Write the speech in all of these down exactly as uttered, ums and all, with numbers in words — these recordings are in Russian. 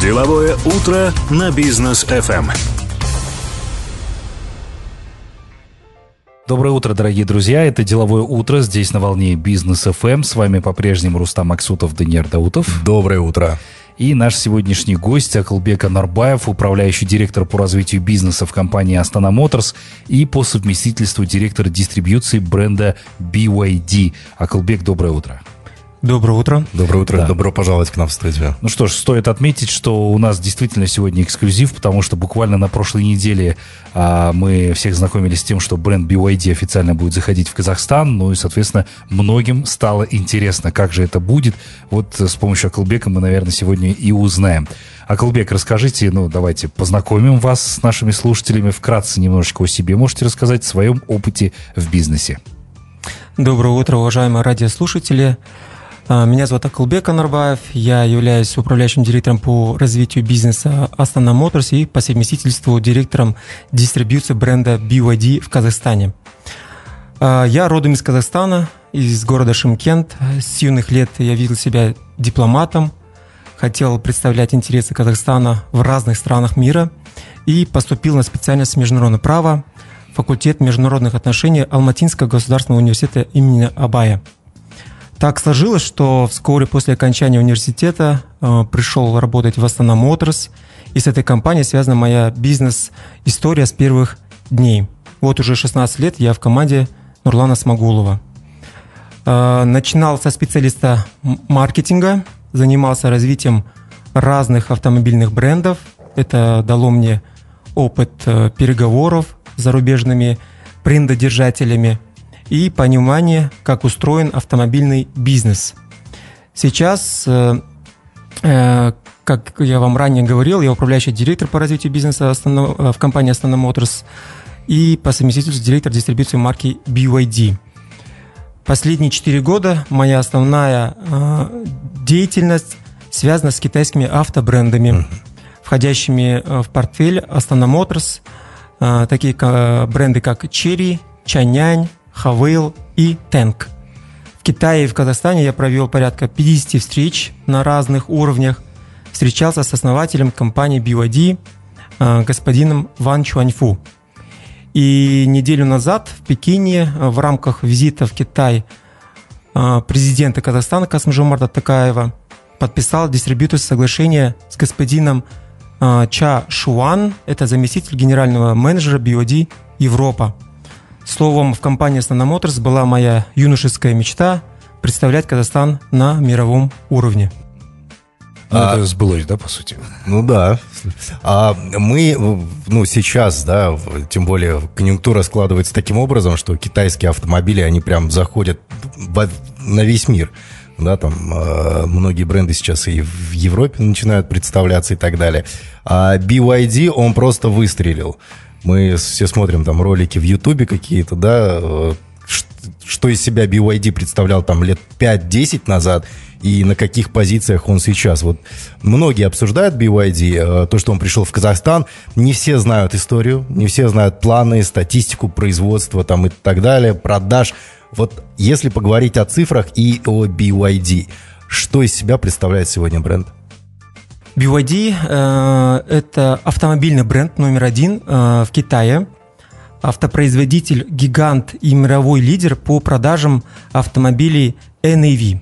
Деловое утро на Бизнес эф эм. Доброе утро, дорогие друзья. Это «Деловое утро» здесь на волне Бизнес эф эм. С вами по-прежнему Рустам Аксутов, Даниил Даутов. Доброе утро. И наш сегодняшний гость Акылбек Анарбаев, управляющий директор по развитию бизнеса в компании Астана Моторс и по совместительству директор дистрибьюции бренда би вай ди. Акылбек, доброе утро. Доброе утро. Доброе утро. Да. Добро пожаловать к нам в студию. Ну что ж, стоит отметить, что у нас действительно сегодня эксклюзив, потому что буквально на прошлой неделе а, мы всех знакомились с тем, что бренд би вай ди официально будет заходить в Казахстан. Ну и, соответственно, многим стало интересно, как же это будет. Вот с помощью Акылбека мы, наверное, сегодня и узнаем. Акылбек, расскажите, ну давайте познакомим вас с нашими слушателями. Вкратце немножечко о себе можете рассказать, о своем опыте в бизнесе. Доброе утро, уважаемые радиослушатели. Меня зовут Акылбек Анарбаев, я являюсь управляющим директором по развитию бизнеса Астана Моторс и по совместительству директором дистрибьюции бренда би вай ди в Казахстане. Я родом из Казахстана, из города Шымкент. С юных лет я видел себя дипломатом, хотел представлять интересы Казахстана в разных странах мира и поступил на специальность международного права, факультет международных отношений Алматинского государственного университета имени Абая. Так сложилось, что вскоре после окончания университета э, пришел работать в Астана Моторс, и с этой компанией связана моя бизнес-история с первых дней. Вот уже шестнадцать лет я в команде Нурлана Смагулова. Э, начинал со специалиста маркетинга, занимался развитием разных автомобильных брендов. Это дало мне опыт э, переговоров с зарубежными брендодержателями и понимание, как устроен автомобильный бизнес. Сейчас, э, э, как я вам ранее говорил, я управляющий директор по развитию бизнеса Астана, в компании Астана Моторс и по совместительству директор дистрибьюции марки би вай ди. Последние четыре года моя основная э, деятельность связана с китайскими автобрендами, mm-hmm. входящими в портфель Астана Моторс, э, такие э, бренды, как Chery, Chanyan, Хавейл и Тэнк. В Китае и в Казахстане я провел порядка пятьдесят встреч на разных уровнях. Встречался с основателем компании би вай ди, господином Ван Чуаньфу. И неделю назад в Пекине в рамках визита в Китай президента Казахстана Касым-Жомарта Токаева подписал дистрибьюторское соглашение с господином Ча Шуан, это заместитель генерального менеджера би вай ди Европа. Словом, в компании Астана Моторс была моя юношеская мечта представлять Казахстан на мировом уровне. Ну, а, это сбылось, да, по сути? Ну да. А мы, ну сейчас, да, тем более конъюнктура складывается таким образом, что китайские автомобили, они прям заходят в, на весь мир. Да, там э, многие бренды сейчас и в Европе начинают представляться и так далее. А би вай ди, он просто выстрелил. Мы все смотрим там ролики в Ютубе какие-то, да, что из себя би вай ди представлял там лет пять-десять назад и на каких позициях он сейчас. Вот многие обсуждают би вай ди, то, что он пришел в Казахстан, не все знают историю, не все знают планы, статистику производства там и так далее, продаж. Вот если поговорить о цифрах и о би вай ди, что из себя представляет сегодня бренд? би вай ди э, – это автомобильный бренд номер один э, в Китае, автопроизводитель, гигант и мировой лидер по продажам автомобилей эн и ви.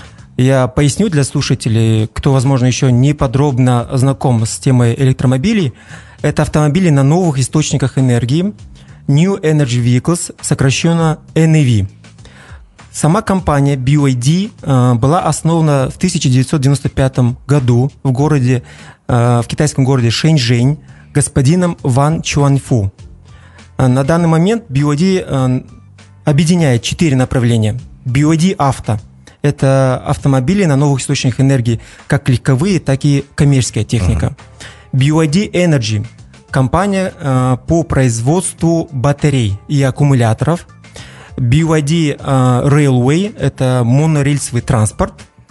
Я поясню для слушателей, кто, возможно, еще не подробно знаком с темой электромобилей. Это автомобили на новых источниках энергии, New Energy Vehicles, сокращенно эн и ви. Сама компания би вай ди э, была основана в тысяча девятьсот девяносто пятом году в городе, э, в китайском городе Шэньчжэнь господином Ван Чуаньфу. Э, на данный момент би вай ди э, объединяет четыре направления. би вай ди Авто – это автомобили на новых источниках энергии, как легковые, так и коммерческая техника. Uh-huh. би вай ди Energy – компания э, по производству батарей и аккумуляторов. би вай ди uh, Railway – это монорельсовый транспорт,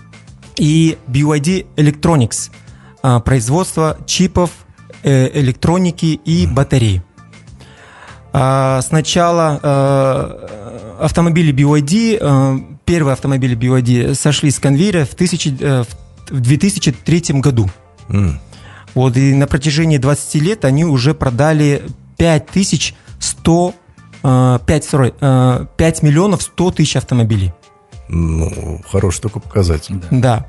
и би вай ди Electronics uh, – производство чипов, э, электроники и батарей. Uh, сначала uh, автомобили би вай ди, uh, первые автомобили би вай ди сошли с конвейера в, тысячи, uh, в две тысячи третьем году. Mm. Вот, и на протяжении двадцати лет они уже продали пять тысяч сто, пять миллионов сто тысяч автомобилей. Ну, хороший только показатель. Да. да.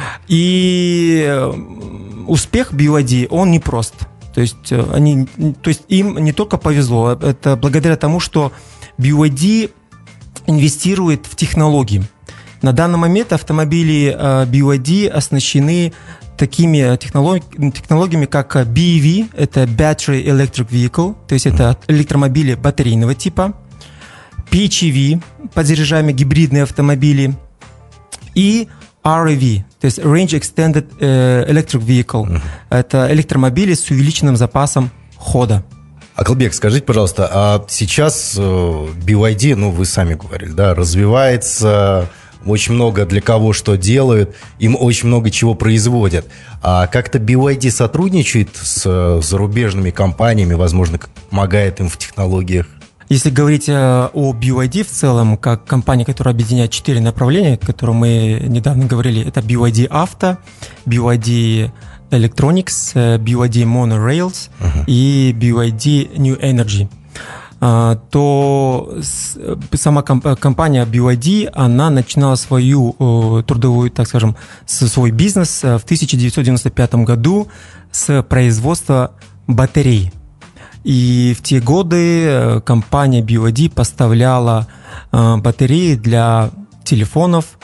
И успех би вай ди, он непрост. То есть, они, то есть им не только повезло, это благодаря тому, что би вай ди инвестирует в технологии. На данный момент автомобили би вай ди оснащены такими технологиями, технологиями, как би и ви, это Battery Electric Vehicle, то есть это электромобили батарейного типа, пи эйч и ви, подзаряжаемые гибридные автомобили, и ар и ви, то есть Range Extended Electric Vehicle, uh-huh. это электромобили с увеличенным запасом хода. Акылбек, скажите, пожалуйста, а сейчас би вай ди, ну вы сами говорили, да, развивается, очень много для кого что делают, им очень много чего производят. А как-то би вай ди сотрудничает с зарубежными компаниями, возможно, помогает им в технологиях? Если говорить о би вай ди в целом, как компания, которая объединяет четыре направления, о которых мы недавно говорили, это би вай ди Auto, би вай ди Electronics, би вай ди Monorails uh-huh. и би вай ди New Energy, то сама компания би вай ди, она начинала свою трудовую, так скажем, свой бизнес в тысяча девятьсот девяносто пятом году с производства батарей. И в те годы компания би вай ди поставляла батареи для телефонов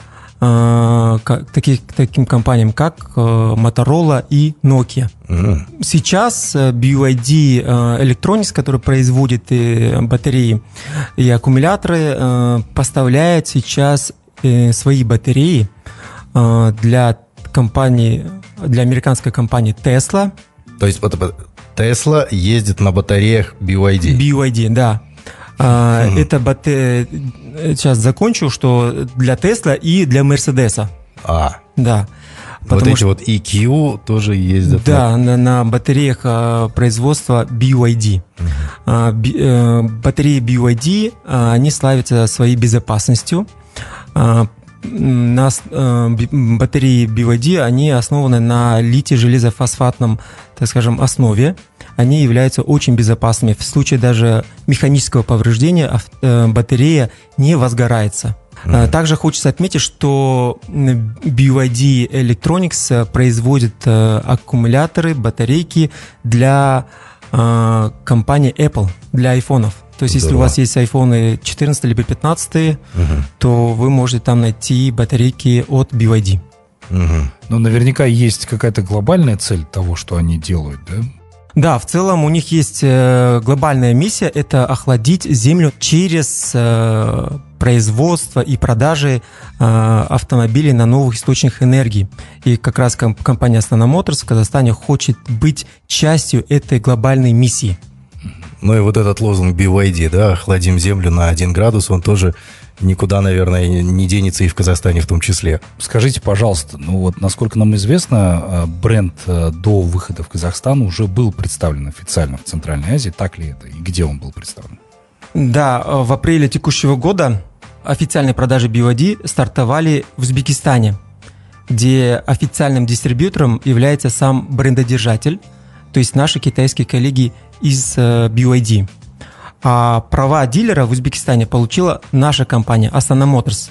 таких, таким компаниям, как Motorola и Nokia. Mm-hmm. Сейчас би вай ди Electronics, который производит батареи и аккумуляторы, поставляет сейчас свои батареи для компании, для американской компании Tesla. То есть Tesla ездит на батареях би вай ди? би вай ди, да. Mm-hmm. Это бате... Сейчас закончу, что для Tesla и для Mercedes. А. Да. Вот эти что... вот и кью тоже ездят? Да, на, на батареях производства би вай ди. Mm-hmm. Би, э, батареи би вай ди, они славятся своей безопасностью. На, э, батареи би вай ди, они основаны на литий-железофосфатном, так скажем, основе. Они являются очень безопасными. В случае даже механического повреждения э, батарея не возгорается. Mm-hmm. Также хочется отметить, что би вай ди Electronics производит э, аккумуляторы, батарейки для э, компании Apple, для айфонов. То есть, если у вас есть айфоны четырнадцать либо пятнадцать, угу. то вы можете там найти батарейки от би вай ди. Угу. Но наверняка есть какая-то глобальная цель того, что они делают, да? Да, в целом у них есть глобальная миссия – это охладить Землю через производство и продажи автомобилей на новых источниках энергии. И как раз компания Astana Motors в Казахстане хочет быть частью этой глобальной миссии. Ну и вот этот лозунг би вай ди, да, охладим землю на один градус, он тоже никуда, наверное, не денется и в Казахстане в том числе. Скажите, пожалуйста, ну вот, насколько нам известно, бренд до выхода в Казахстан уже был представлен официально в Центральной Азии, так ли это, и где он был представлен? Да, в апреле текущего года официальные продажи би вай ди стартовали в Узбекистане, где официальным дистрибьютором является сам брендодержатель, то есть наши китайские коллеги из би вай ди. А права дилера в Узбекистане получила наша компания Astana Motors.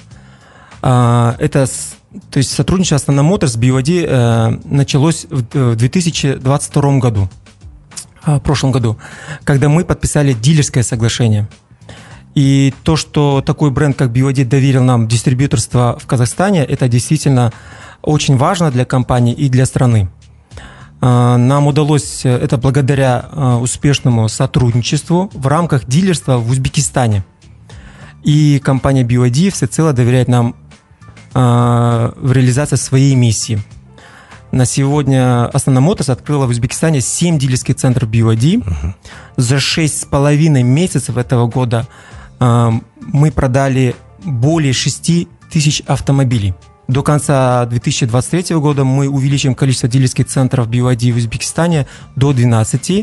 Это, то есть сотрудничество Astana Motors с би вай ди началось в две тысячи двадцать втором году, в прошлом году, когда мы подписали дилерское соглашение. И то, что такой бренд, как би вай ди, доверил нам дистрибьюторство в Казахстане, это действительно очень важно для компании и для страны. Нам удалось это благодаря успешному сотрудничеству в рамках дилерства в Узбекистане. И компания би вай ди всецело доверяет нам в реализации своей миссии. На сегодня Astana Motors открыла в Узбекистане семь дилерских центров би вай ди. Uh-huh. За шесть с половиной месяцев этого года мы продали более шести тысяч автомобилей. До конца две тысячи двадцать третьего года мы увеличим количество дилерских центров би вай ди в Узбекистане до двенадцати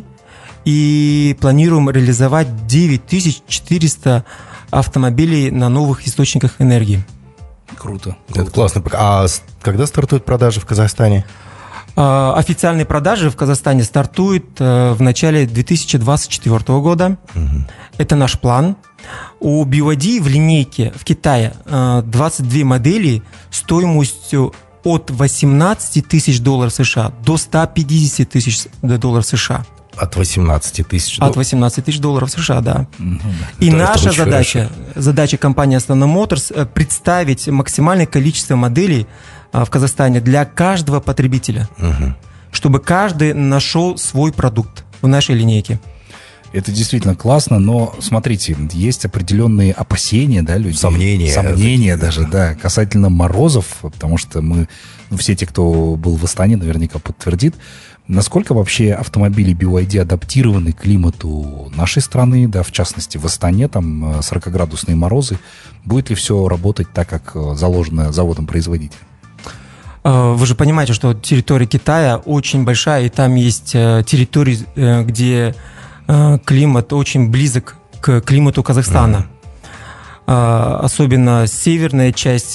и планируем реализовать девять тысяч четыреста автомобилей на новых источниках энергии. Круто. Это классно. А когда стартуют продажи в Казахстане? Официальные продажи в Казахстане стартуют в начале две тысячи двадцать четвёртого года. Угу. Это наш план. У би вай ди в линейке в Китае двадцать две модели стоимостью от восемнадцати тысяч долларов США до ста пятидесяти тысяч долларов США. От восемнадцати тысяч долларов? От восемнадцати тысяч долларов США, да. Mm-hmm. И да, наша задача, задача компании Astana Motors представить максимальное количество моделей в Казахстане для каждого потребителя, mm-hmm. чтобы каждый нашел свой продукт в нашей линейке. Это действительно классно, но смотрите, есть определенные опасения, да, людей. Сомнения. Сомнения даже, да, касательно морозов, потому что мы, ну, все те, кто был в Астане, наверняка подтвердит, насколько вообще автомобили би вай ди адаптированы к климату нашей страны, да, в частности, в Астане, там сорокаградусные морозы. Будет ли все работать так, как заложено заводом-производителем? Вы же понимаете, что территория Китая очень большая, и там есть территории, где климат очень близок к климату Казахстана. Mm-hmm. Особенно северная часть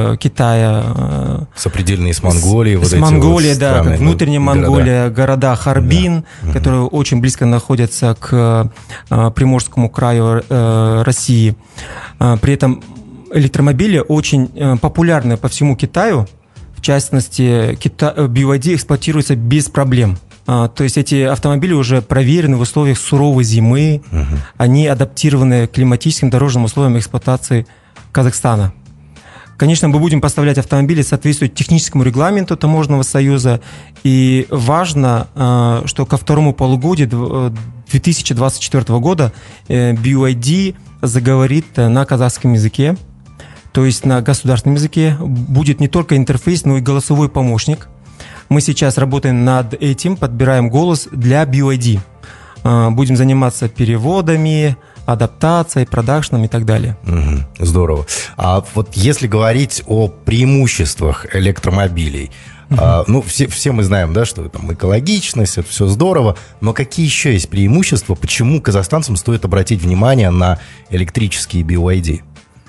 Китая. Сопредельные с Монголией. С, вот с Монголией, вот да, страны, как внутренняя Монголия, города Харбин, да. mm-hmm. которые очень близко находятся к Приморскому краю России. При этом электромобили очень популярны по всему Китаю. В частности, би вай ди эксплуатируется без проблем. То есть эти автомобили уже проверены в условиях суровой зимы, угу. они адаптированы к климатическим дорожным условиям эксплуатации Казахстана. Конечно, мы будем поставлять автомобили, соответствующие техническому регламенту Таможенного союза, и важно, что ко второму полугодию две тысячи двадцать четвёртого года би вай ди заговорит на казахском языке, то есть на государственном языке, будет не только интерфейс, но и голосовой помощник. Мы сейчас работаем над этим, подбираем голос для би вай ди. Будем заниматься переводами, адаптацией, продакшном и так далее. Угу, здорово. А вот если говорить о преимуществах электромобилей, угу. а, ну, все, все мы знаем, да, что там экологичность, это все здорово, но какие еще есть преимущества, почему казахстанцам стоит обратить внимание на электрические би вай ди?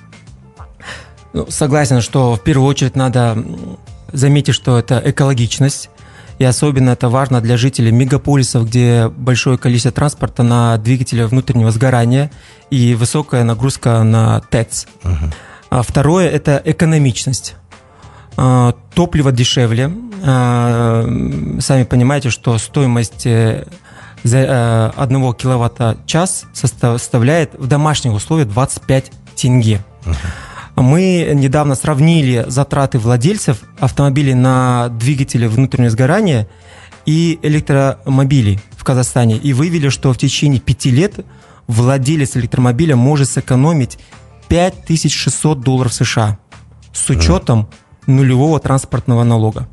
Ну, согласен, что в первую очередь надо заметить, что это экологичность, и особенно это важно для жителей мегаполисов, где большое количество транспорта на двигатели внутреннего сгорания и высокая нагрузка на ТЭЦ. Uh-huh. А второе – это экономичность. А, топливо дешевле. А, сами понимаете, что стоимость за одного киловатта-час составляет в домашних условиях двадцать пять тенге. Uh-huh. Мы недавно сравнили затраты владельцев автомобилей на двигатели внутреннего сгорания и электромобилей в Казахстане и выявили, что в течение пяти лет владелец электромобиля может сэкономить пять тысяч шестьсот долларов США с учетом нулевого транспортного налога.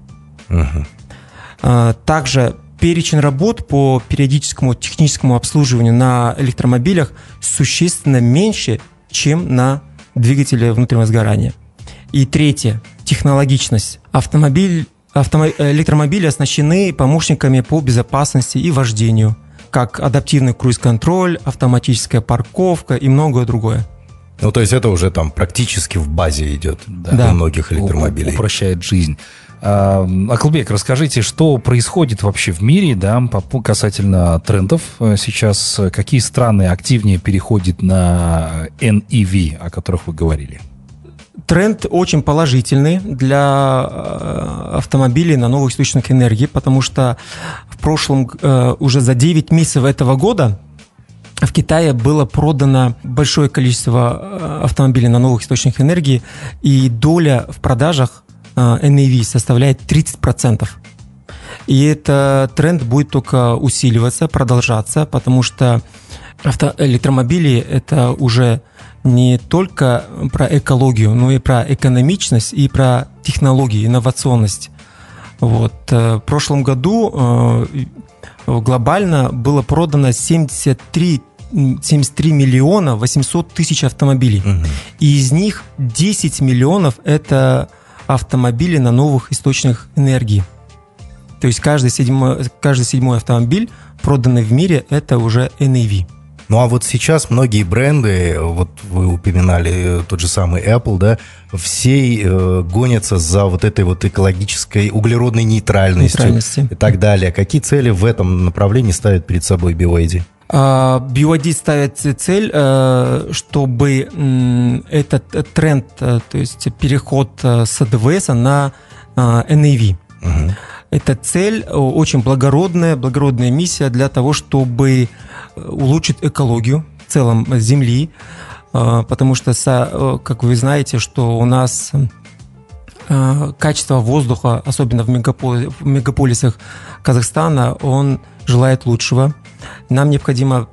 Uh-huh. Также перечень работ по периодическому техническому обслуживанию на электромобилях существенно меньше, чем на двигатели внутреннего сгорания. И третье – технологичность. Автомобиль, автомо, электромобили оснащены помощниками по безопасности и вождению, как адаптивный круиз-контроль, автоматическая парковка и многое другое. Ну, то есть это уже там практически в базе идет, да, да. у многих электромобилей. Упрощает жизнь. Акылбек, расскажите, что происходит вообще в мире, да, касательно трендов сейчас? Какие страны активнее переходят на эн и ви, о которых вы говорили? Тренд очень положительный для автомобилей на новых источниках энергии, потому что в прошлом, уже за девять месяцев этого года в Китае было продано большое количество автомобилей на новых источниках энергии, и доля в продажах эн и ви составляет тридцать процентов. И этот тренд будет только усиливаться, продолжаться, потому что авто- электромобили – это уже не только про экологию, но и про экономичность, и про технологии, инновационность. Вот. В прошлом году глобально было продано семьдесят три миллиона восемьсот тысяч автомобилей. Угу. И из них десять миллионов – это автомобили на новых источниках энергии. То есть каждый седьмой, каждый седьмой автомобиль, проданный в мире, это уже эн и ви. Ну, а вот сейчас многие бренды, вот вы упоминали тот же самый Apple, да, все э, гонятся за вот этой вот экологической, углеродной нейтральностью, нейтральности и так далее. Какие цели в этом направлении ставит перед собой би вай ди? би вай ди ставит цель, чтобы этот тренд, то есть переход с эй дабл ю эс на эн эй ви. Угу. Эта цель очень благородная, благородная миссия для того, чтобы улучшить экологию в целом Земли, потому что, как вы знаете, что у нас качество воздуха, особенно в мегаполисах Казахстана, он желает лучшего. Нам необходимо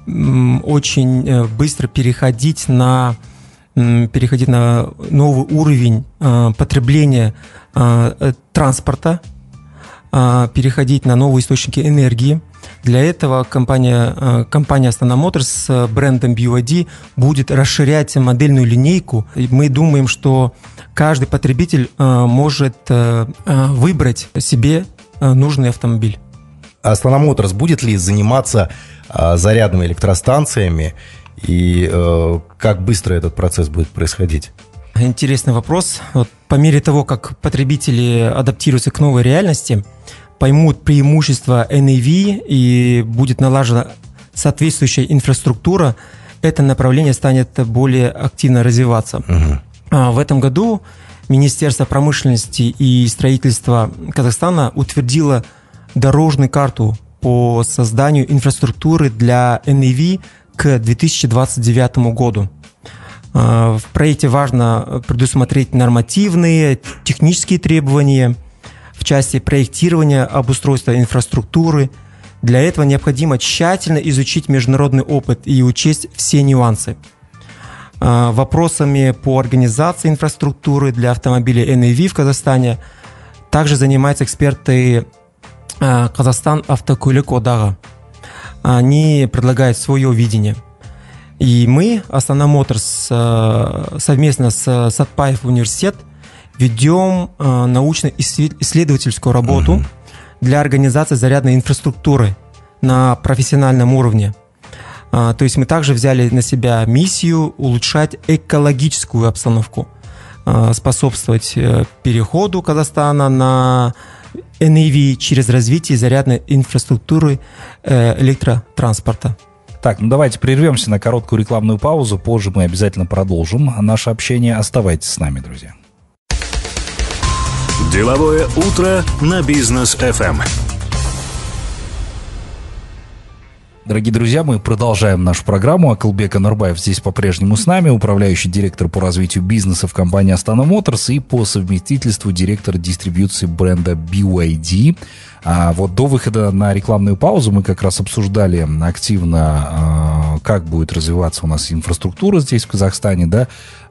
очень быстро переходить на, переходить на новый уровень потребления транспорта, переходить на новые источники энергии. Для этого компания, компания Astana Motors с брендом би вай ди будет расширять модельную линейку. И мы думаем, что каждый потребитель может выбрать себе нужный автомобиль. Astana Motors будет ли заниматься а, зарядными электростанциями и а, как быстро этот процесс будет происходить? Интересный вопрос. Вот, по мере того, как потребители адаптируются к новой реальности, поймут преимущества эн эй ви и будет налажена соответствующая инфраструктура, это направление станет более активно развиваться. Угу. А, в этом году Министерство промышленности и строительства Казахстана утвердило дорожную карту по созданию инфраструктуры для эн эй ви к две тысячи двадцать девятому году. В проекте важно предусмотреть нормативные, технические требования в части проектирования, обустройства инфраструктуры. Для этого необходимо тщательно изучить международный опыт и учесть все нюансы. Вопросами по организации инфраструктуры для автомобилей эн эй ви в Казахстане также занимаются эксперты Казахстан Автокөлік Одағы. Они предлагают свое видение. И мы, Astana Motors, совместно с Сатпаев университет ведем научно-исследовательскую работу uh-huh. для организации зарядной инфраструктуры на профессиональном уровне. То есть мы также взяли на себя миссию улучшать экологическую обстановку, способствовать переходу Казахстана на эн эй ви через развитие зарядной инфраструктуры электротранспорта. Так, ну давайте прервемся на короткую рекламную паузу. Позже мы обязательно продолжим наше общение. Оставайтесь с нами, друзья. Деловое утро на Бизнес эф эм. Дорогие друзья, мы продолжаем нашу программу. Акылбек Анарбаев здесь по-прежнему с нами, управляющий директор по развитию бизнеса в компании Astana Motors и по совместительству директор дистрибьюции бренда би вай ди. А вот до выхода на рекламную паузу мы как раз обсуждали активно, как будет развиваться у нас инфраструктура здесь, в Казахстане, да.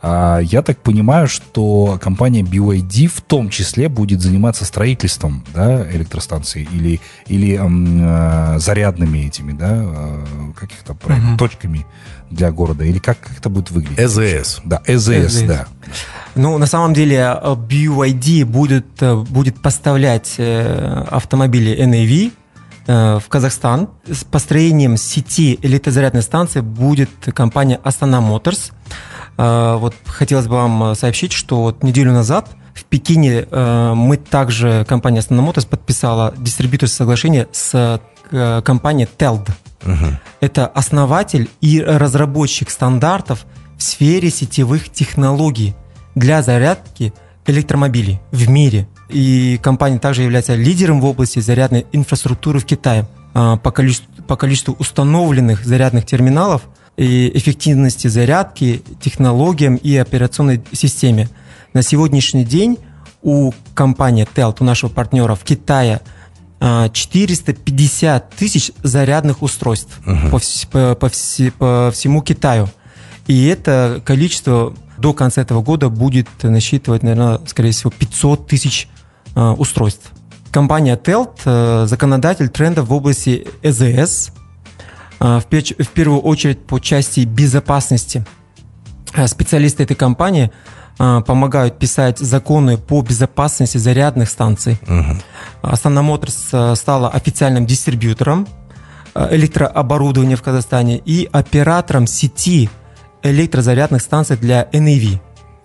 Я так понимаю, что компания би вай ди в том числе будет заниматься строительством, да, электростанций или, или э, зарядными этими, да, э, каких-то uh-huh. точками для города, или как, как это будет выглядеть? и зет эс. Да, и зет эс, да. Ну, на самом деле, би вай ди будет, будет поставлять автомобили эн эй ви в Казахстан. С построением сети электрозарядной станции будет компания Astana Motors. Вот хотелось бы вам сообщить, что вот неделю назад в Пекине мы также, компания Astana Motors, подписала дистрибьюторское соглашение с компанией Teld. Uh-huh. Это основатель и разработчик стандартов в сфере сетевых технологий для зарядки электромобилей в мире. И компания также является лидером в области зарядной инфраструктуры в Китае. По количеству, по количеству установленных зарядных терминалов и эффективности зарядки, технологиям и операционной системе. На сегодняшний день у компании Teld, у нашего партнера в Китае, четыреста пятьдесят тысяч зарядных устройств uh-huh. по, вс- по, по, вс- по всему Китаю. И это количество до конца этого года будет насчитывать, наверное, скорее всего, пятьсот тысяч э, устройств. Компания Teld э, законодатель трендов в области и зет эс, э, в, печ- в первую очередь по части безопасности. Э, специалисты этой компании э, помогают писать законы по безопасности зарядных станций. Uh-huh. Astana Motors э, стала официальным дистрибьютором электрооборудования в Казахстане и оператором сети электрозарядных станций для эн и ви.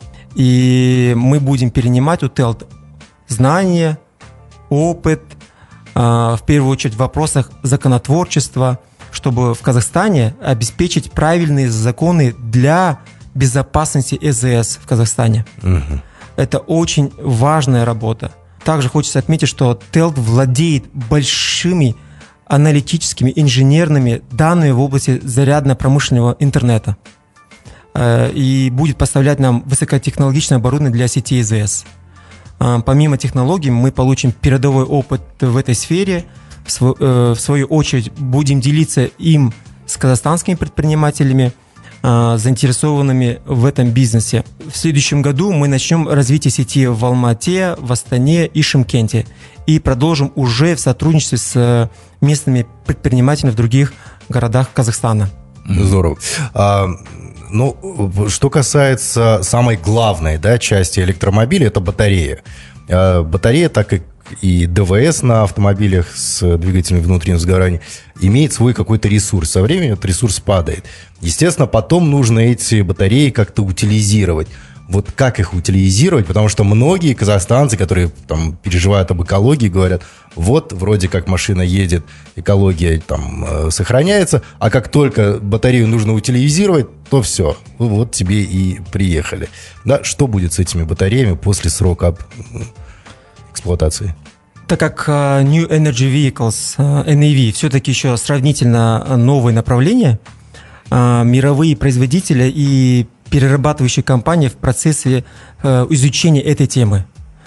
И мы будем перенимать у Telt знания, опыт, в первую очередь в вопросах законотворчества, чтобы в Казахстане обеспечить правильные законы для безопасности эй зет эс в Казахстане. Угу. Это очень важная работа. Также хочется отметить, что Telt владеет большими аналитическими, инженерными данными в области зарядно-промышленного интернета и будет поставлять нам высокотехнологичное оборудование для сети эй зет эс. Помимо технологий, мы получим передовой опыт в этой сфере. В свою очередь, будем делиться им с казахстанскими предпринимателями, заинтересованными в этом бизнесе. В следующем году мы начнем развитие сети в Алмате, в Астане и Шымкенте и продолжим уже в сотрудничестве с местными предпринимателями в других городах Казахстана. Здорово. А, ну, что касается самой главной, да, части электромобиля, это батарея. А, батарея, так как и ДВС на автомобилях с двигателем внутреннего сгорания имеет свой какой-то ресурс. Со временем этот ресурс падает. Естественно, потом нужно эти батареи как-то утилизировать. Вот как их утилизировать? Потому что многие казахстанцы, которые там переживают об экологии, говорят, вот вроде как машина едет, экология там э, сохраняется, а как только батарею нужно утилизировать, то все, вот тебе и приехали. Да, что будет с этими батареями после срока эксплуатации? Так как uh, New Energy Vehicles, uh, эн и ви, все-таки еще сравнительно новое направление, uh, мировые производители и перерабатывающие компании в процессе uh, изучения этой темы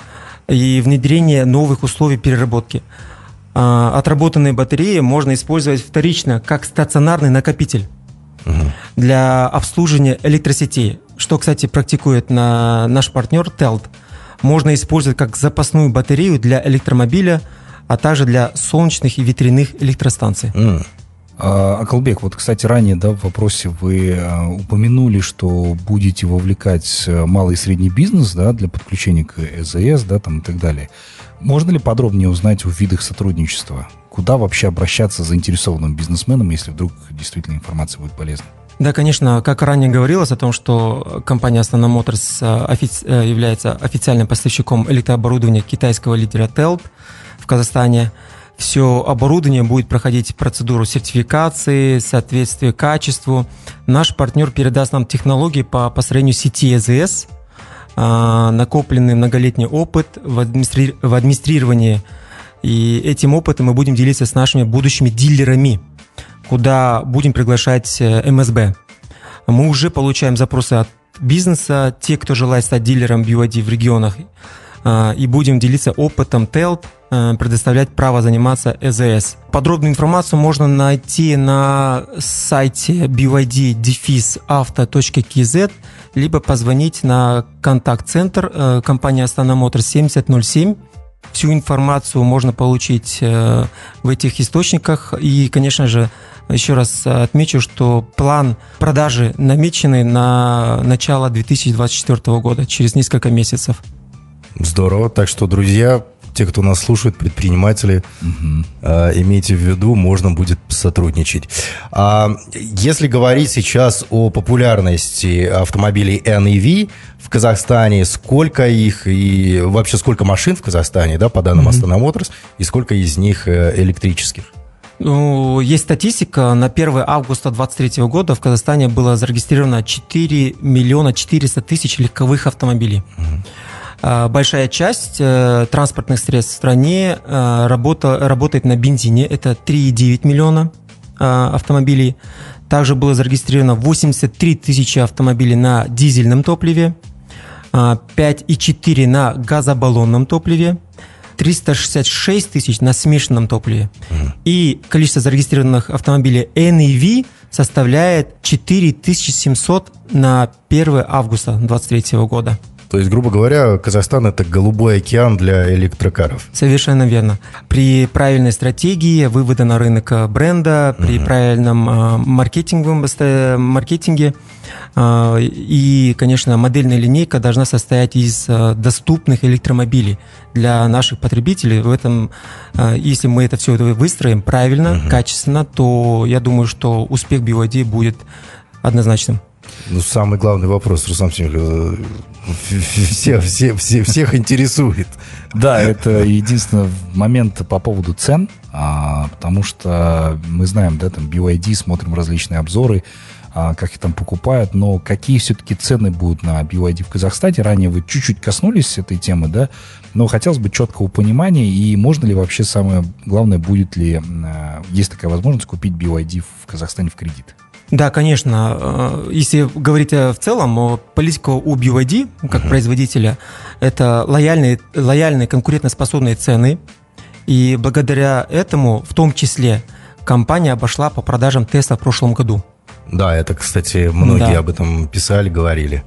и внедрения новых условий переработки. Uh, отработанные батареи можно использовать вторично как стационарный накопитель uh-huh. для обслуживания электросетей, что, кстати, практикует на наш партнер Telt. Можно использовать как запасную батарею для электромобиля, а также для солнечных и ветряных электростанций. Mm. А, Акылбек, вот, кстати, ранее, да, в вопросе вы а, упомянули, что будете вовлекать малый и средний бизнес, да, для подключения к эй зет эс, да, там, и так далее. Можно ли подробнее узнать о видах сотрудничества? Куда вообще обращаться заинтересованным бизнесменам, если вдруг действительно информация будет полезна? Да, конечно, как ранее говорилось о том, что компания Astana Motors офи- является официальным поставщиком электрооборудования китайского лидера Telt в Казахстане. Все оборудование будет проходить процедуру сертификации, соответствия качеству. Наш партнер передаст нам технологии по построению сети эй зет эс, накопленный многолетний опыт в, администри- в администрировании. И этим опытом мы будем делиться с нашими будущими дилерами, куда будем приглашать эм эс бэ. Мы уже получаем запросы от бизнеса, те, кто желает стать дилером би вай ди в регионах, и будем делиться опытом Telt, предоставлять право заниматься эй зет эс. Подробную информацию можно найти на сайте би вай ди дефис авто точка кей зет, либо позвонить на контакт-центр компании Astana Motors семьдесят ноль семь. Всю информацию можно получить в этих источниках. И, конечно же, еще раз отмечу, что план продажи намеченный на начало две тысячи двадцать четвёртого года, через несколько месяцев. Здорово. Так что, друзья, те, кто нас слушает, предприниматели, угу. э, имейте в виду, можно будет сотрудничать. А если говорить сейчас о популярности автомобилей эн и ви в Казахстане, сколько их и вообще сколько машин в Казахстане, да, по данным угу. Astana Motors, и сколько из них электрических? Ну, есть статистика. На первое августа две тысячи двадцать третьего года в Казахстане было зарегистрировано четыре миллиона четыреста тысяч легковых автомобилей. Угу. Большая часть э, транспортных средств в стране э, работа, работает на бензине. Это три целых девять десятых миллиона э, автомобилей. Также было зарегистрировано восемьдесят три тысячи автомобилей на дизельном топливе, э, пять целых четыре десятых на газобаллонном топливе, триста шестьдесят шесть тысяч на смешанном топливе. Mm. И количество зарегистрированных автомобилей эн и ви составляет четыре тысячи семьсот на первое августа две тысячи двадцать третьего года. То есть, грубо говоря, Казахстан – это голубой океан для электрокаров. Совершенно верно. При правильной стратегии вывода на рынок бренда, при uh-huh. правильном э, маркетинговом э, маркетинге э, и, конечно, модельная линейка должна состоять из э, доступных электромобилей для наших потребителей. В этом, э, если мы это все выстроим правильно, uh-huh. качественно, то я думаю, что успех би вай ди будет однозначным. Ну, самый главный вопрос, Руслан Семенович, все, все, все, всех интересует. Да, это единственный момент по поводу цен, а, потому что мы знаем, да, там би вай ди, смотрим различные обзоры, а, как их там покупают, но какие все-таки цены будут на би вай ди в Казахстане? Ранее вы чуть-чуть коснулись этой темы, да, но хотелось бы четкого понимания, и можно ли вообще, самое главное, будет ли, есть такая возможность купить би вай ди в Казахстане в кредит? Да, конечно. Если говорить в целом, политика у би вай ди, как uh-huh. производителя, это лояльные, лояльные конкурентоспособные цены. И благодаря этому, в том числе, компания обошла по продажам Tesla в прошлом году. Да, это, кстати, многие да. об этом писали, говорили.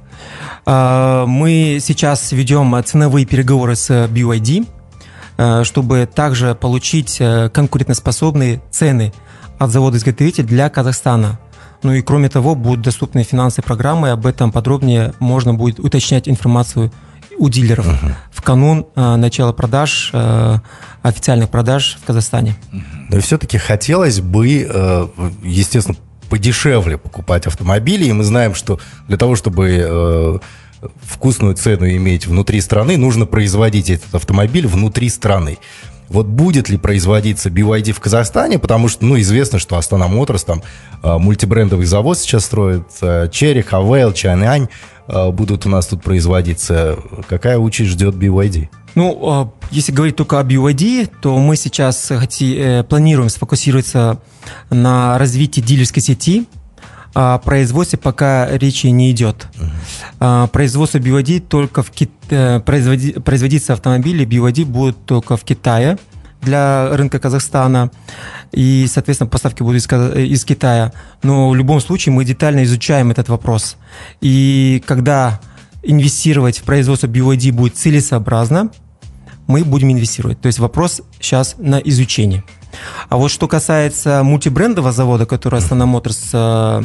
Мы сейчас ведем ценовые переговоры с би вай ди, чтобы также получить конкурентоспособные цены от завода-изготовителя для Казахстана. Ну и кроме того, будут доступны финансовые программы, об этом подробнее можно будет уточнять информацию у дилеров uh-huh. в канун э, начала продаж, э, официальных продаж в Казахстане. Но все-таки хотелось бы, э, естественно, подешевле покупать автомобили, и мы знаем, что для того, чтобы э, вкусную цену иметь внутри страны, нужно производить этот автомобиль внутри страны. Вот будет ли производиться би вай ди в Казахстане, потому что, ну, известно, что Астана Моторс, там, э, мультибрендовый завод сейчас строит, э, Chery, Haval, Чанань э, будут у нас тут производиться. Какая участь ждет би вай ди? Ну, э, если говорить только о би вай ди, то мы сейчас хоти, э, планируем сфокусироваться на развитии дилерской сети. О производстве пока речи не идет. Uh-huh. Производство би вай ди только в Китае, производи... производиться автомобили би вай ди будут только в Китае для рынка Казахстана, и, соответственно, поставки будут из, из Китая. Но в любом случае мы детально изучаем этот вопрос. И когда инвестировать в производство би вай ди будет целесообразно, мы будем инвестировать. То есть вопрос сейчас на изучение. А вот что касается мультибрендового завода, который Астана Моторс э,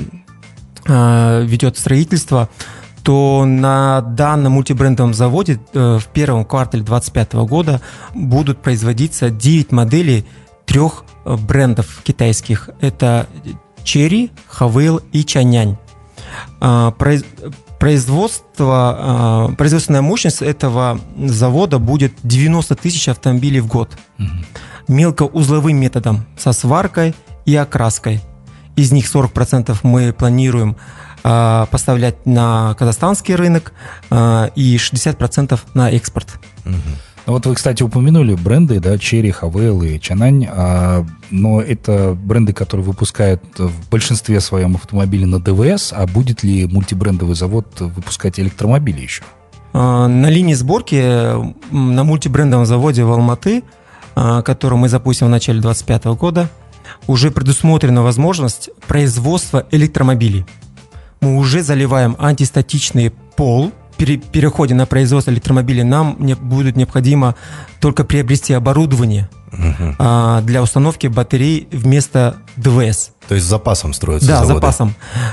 э, ведет строительство, то на данном мультибрендовом заводе э, в первом квартале две тысячи двадцать пятого года будут производиться девять моделей трех брендов китайских. Это Chery, Haval и Чанань. Э, произ, производство, э, производственная мощность этого завода будет девяносто тысяч автомобилей в год. Mm-hmm. Мелкоузловым методом со сваркой и окраской. Из них сорок процентов мы планируем э, поставлять на казахстанский рынок э, и шестьдесят процентов на экспорт. Угу. Ну вот вы, кстати, упомянули бренды, да, Chery, Haval и Чанань, а, но это бренды, которые выпускают в большинстве своем автомобили на ДВС, а будет ли мультибрендовый завод выпускать электромобили еще? Э, на линии сборки на мультибрендовом заводе в Алматы, который мы запустим в начале две тысячи двадцать пятого года, уже предусмотрена возможность производства электромобилей. Мы уже заливаем антистатичный пол. При переходе на производство электромобилей нам не, будет необходимо только приобрести оборудование uh-huh. для установки батарей вместо ДВС. То есть с запасом строятся да, заводы? Да, запасом.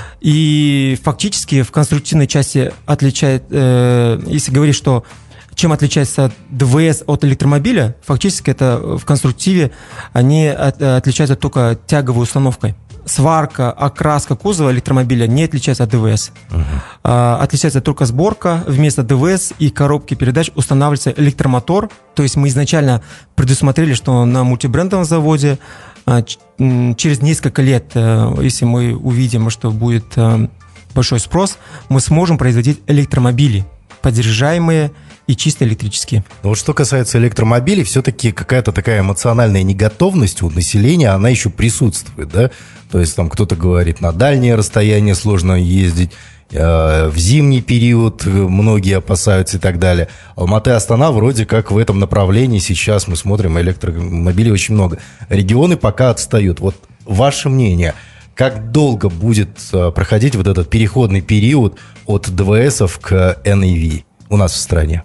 И фактически в конструктивной части отличает, э, если говорить, что чем отличается ДВС от электромобиля, фактически это в конструктиве они от, отличаются только тяговой установкой. Сварка, окраска кузова электромобиля не отличается от ДВС. Uh-huh. А, отличается только сборка. Вместо ДВС и коробки передач устанавливается электромотор. То есть мы изначально предусмотрели, что на мультибрендовом заводе а, ч- через несколько лет, а, если мы увидим, что будет а, большой спрос, мы сможем производить электромобили, поддерживаемые и чисто электрические. Но вот что касается электромобилей, все-таки какая-то такая эмоциональная неготовность у населения, она еще присутствует, да? То есть там кто-то говорит, на дальние расстояния сложно ездить, э, в зимний период многие опасаются и так далее. Алматы, Астана вроде как в этом направлении сейчас мы смотрим, электромобилей очень много. Регионы пока отстают. Вот ваше мнение, как долго будет проходить вот этот переходный период от ДВСов к эн и ви? у нас в стране?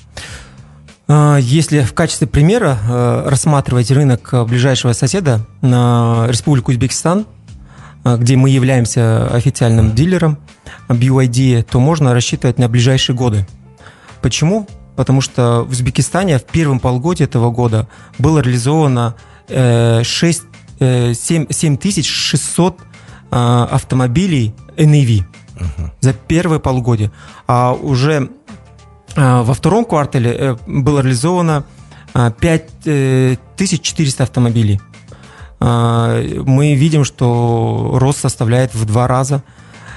Если в качестве примера рассматривать рынок ближайшего соседа, на Республику Узбекистан, где мы являемся официальным дилером би вай ди, то можно рассчитывать на ближайшие годы. Почему? Потому что в Узбекистане в первом полугодии этого года было реализовано шесть, семь тысяч шестьсот автомобилей эн эй ви uh-huh. за первое полугодие. А уже во втором квартале было реализовано пять тысяч четыреста автомобилей. Мы видим, что рост составляет в два раза.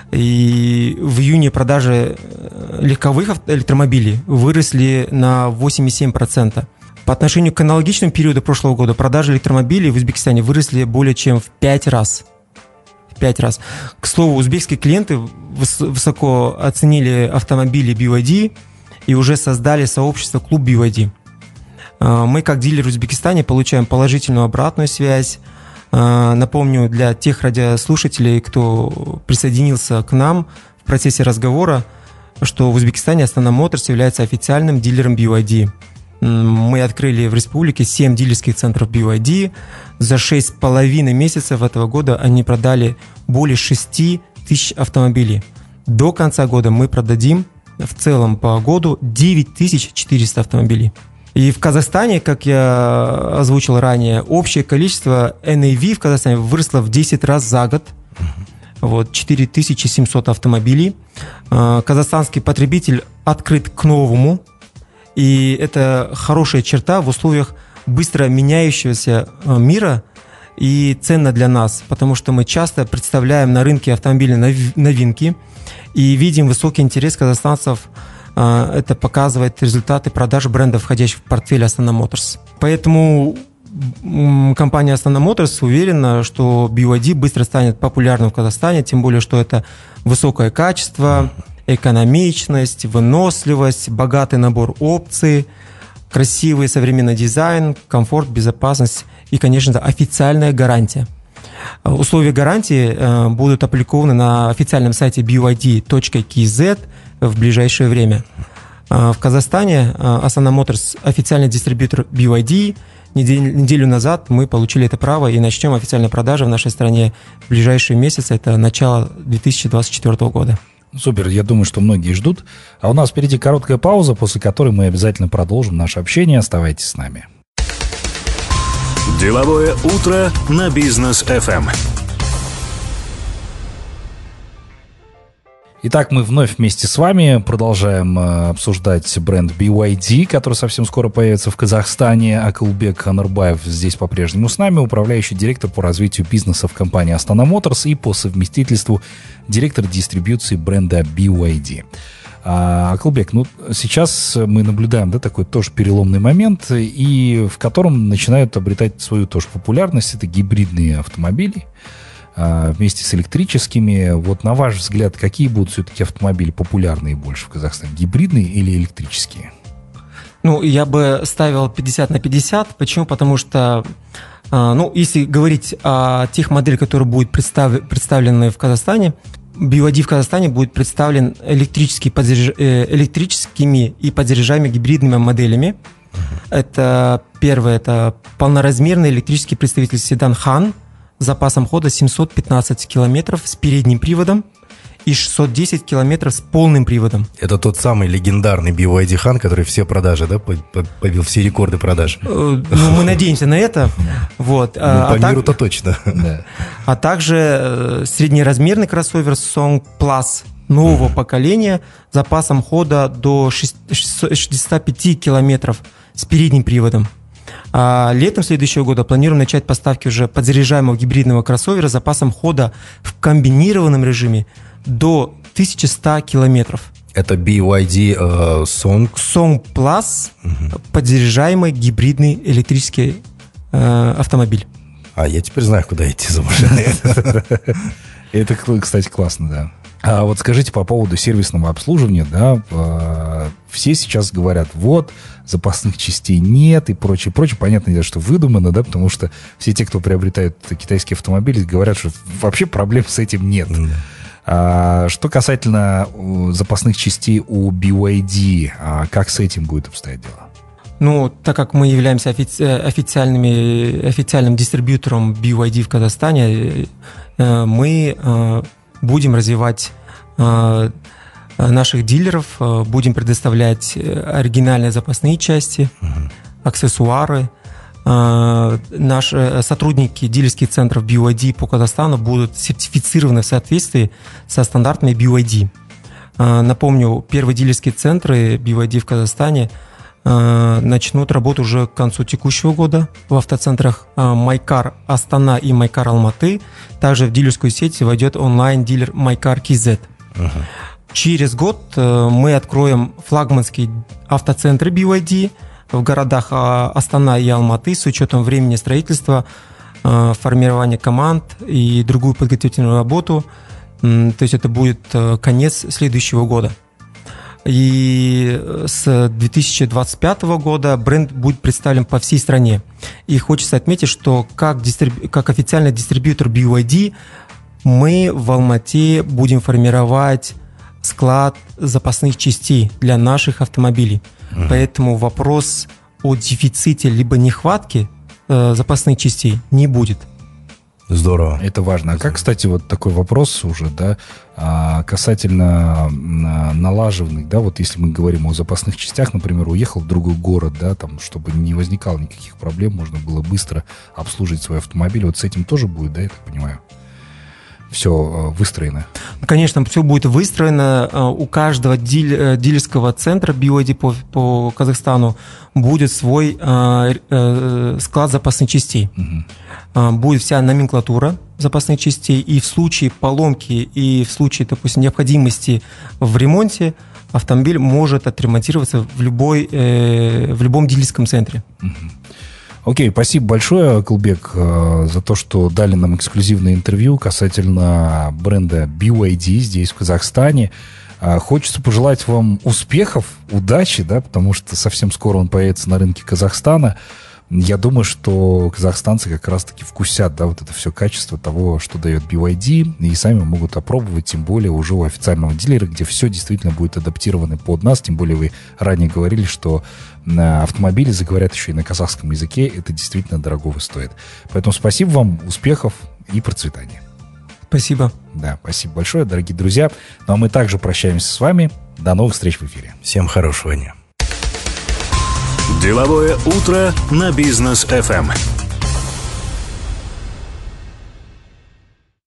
И в июне продажи легковых электромобилей выросли на восемь целых семь десятых процента. По отношению к аналогичному периоду прошлого года продажи электромобилей в Узбекистане выросли более чем в пять раз. В пять раз. К слову, узбекские клиенты высоко оценили автомобили би вай ди и уже создали сообщество «Клуб би вай ди». Мы, как дилер в Узбекистане, получаем положительную обратную связь. Напомню для тех радиослушателей, кто присоединился к нам в процессе разговора, что в Узбекистане Астана Моторс является официальным дилером би вай ди. Мы открыли в республике семь дилерских центров би вай ди. За шесть с половиной месяцев этого года они продали более шесть тысяч автомобилей. До конца года мы продадим в целом по году девять тысяч четыреста автомобилей. И в Казахстане, как я озвучил ранее, общее количество эн эй ви в Казахстане выросло в десять раз за год. Вот, четыре тысячи семьсот автомобилей. Казахстанский потребитель открыт к новому. И это хорошая черта в условиях быстро меняющегося мира и ценно для нас, потому что мы часто представляем на рынке автомобильные новинки и видим высокий интерес казахстанцев. Это показывает результаты продаж брендов, входящих в портфель Астана Моторс. Поэтому компания Астана Моторс уверена, что би вай ди быстро станет популярным в Казахстане, тем более, что это высокое качество, экономичность, выносливость, богатый набор опций, красивый современный дизайн, комфорт, безопасность и, конечно же, официальная гарантия. Условия гарантии будут опубликованы на официальном сайте би вай ди точка кей зет в ближайшее время. В Казахстане Астана Моторс официальный дистрибьютор би вай ди. Неделю назад мы получили это право и начнем официальные продажи в нашей стране в ближайшие месяцы. Это начало две тысячи двадцать четвёртого года. Супер, я думаю, что многие ждут. А у нас впереди короткая пауза, после которой мы обязательно продолжим наше общение. Оставайтесь с нами. Деловое утро на Бизнес эф эм. Итак, мы вновь вместе с вами продолжаем э, обсуждать бренд би вай ди, который совсем скоро появится в Казахстане. Акылбек Анарбаев здесь по-прежнему с нами, управляющий директор по развитию бизнеса в компании Астана Моторс и по совместительству директор дистрибьюции бренда би вай ди. А, Акылбек, ну сейчас мы наблюдаем, да, такой тоже переломный момент, и в котором начинают обретать свою тоже популярность. Это гибридные автомобили вместе с электрическими. Вот на ваш взгляд, какие будут все-таки автомобили популярные больше в Казахстане? Гибридные или электрические? Ну, я бы ставил пятьдесят на пятьдесят. Почему? Потому что, ну, если говорить о тех моделях, которые будут представ... представлены в Казахстане, би вай ди в Казахстане будет представлен электрический, подзаряж... электрическими и подзаряжаемыми гибридными моделями. Это первое, это полноразмерный электрический представитель седан Хан с запасом хода семьсот пятнадцать километров с передним приводом и шестьсот десять километров с полным приводом. Это тот самый легендарный би вай ди Хан, который все продажи, да, побил все рекорды продаж. Ну, мы надеемся на это. Вот. Ну, по а миру-то так... точно. А также среднеразмерный кроссовер Song Plus нового mm-hmm. поколения с запасом хода до шестьдесят пять километров с передним приводом. А летом следующего года планируем начать поставки уже подзаряжаемого гибридного кроссовера с запасом хода в комбинированном режиме до тысяча сто километров. Это би вай ди uh, Song? Song Plus, угу. подзаряжаемый гибридный электрический uh, автомобиль. А я теперь знаю, куда идти за машиной. Это, кстати, классно, да. А вот скажите по поводу сервисного обслуживания, да, все сейчас говорят, вот, запасных частей нет и прочее, прочее. Понятное дело, что выдумано, да, потому что все те, кто приобретают китайские автомобили, говорят, что вообще проблем с этим нет. Что касательно запасных частей у би вай ди, как с этим будет обстоять дело? Ну, так как мы являемся офици- официальными, официальным дистрибьютором би вай ди в Казахстане, мы будем развивать наших дилеров, будем предоставлять оригинальные запасные части, uh-huh. аксессуары. Наши сотрудники дилерских центров би вай ди по Казахстану будут сертифицированы в соответствии со стандартами би вай ди. Напомню, первые дилерские центры би вай ди в Казахстане начнут работу уже к концу текущего года в автоцентрах Майкар Астана и Майкар Алматы. Также в дилерскую сеть войдет онлайн-дилер Майкар Кизет. Uh-huh. Через год мы откроем флагманские автоцентры би вай ди в городах Астана и Алматы с учетом времени строительства, формирования команд и другую подготовительную работу. То есть это будет конец следующего года. И с две тысячи двадцать пятого года бренд будет представлен по всей стране. И хочется отметить, что как, дистриб... как официальный дистрибьютор би вай ди мы в Алмате будем формировать склад запасных частей для наших автомобилей. Uh-huh. Поэтому вопрос о дефиците либо нехватке э, запасных частей не будет. Здорово. Это важно. А как, кстати, вот такой вопрос уже, да, касательно налаживанных, да, вот если мы говорим о запасных частях, например, уехал в другой город, да, там, чтобы не возникало никаких проблем, можно было быстро обслужить свой автомобиль, вот с этим тоже будет, да, я так понимаю? Все выстроено? Конечно, все будет выстроено. У каждого диль, дилерского центра би вай ди по, по Казахстану будет свой э, э, склад запасных частей. Угу. Будет вся номенклатура запасных частей, и в случае поломки, и в случае, допустим, необходимости в ремонте автомобиль может отремонтироваться в, любой, э, в любом дилерском центре. Угу. Окей, спасибо большое, Акылбек, за то, что дали нам эксклюзивное интервью касательно бренда би вай ди здесь, в Казахстане. Хочется пожелать вам успехов, удачи, да, потому что совсем скоро он появится на рынке Казахстана. Я думаю, что казахстанцы как раз-таки вкусят, да, вот это все качество того, что дает би вай ди, и сами могут опробовать, тем более уже у официального дилера, где все действительно будет адаптировано под нас. Тем более вы ранее говорили, что автомобили заговорят еще и на казахском языке. Это действительно дорогого стоит. Поэтому спасибо вам, успехов и процветания. Спасибо. Да, спасибо большое, дорогие друзья. Ну, а мы также прощаемся с вами. До новых встреч в эфире. Всем хорошего дня. Деловое утро на Бизнес эф эм.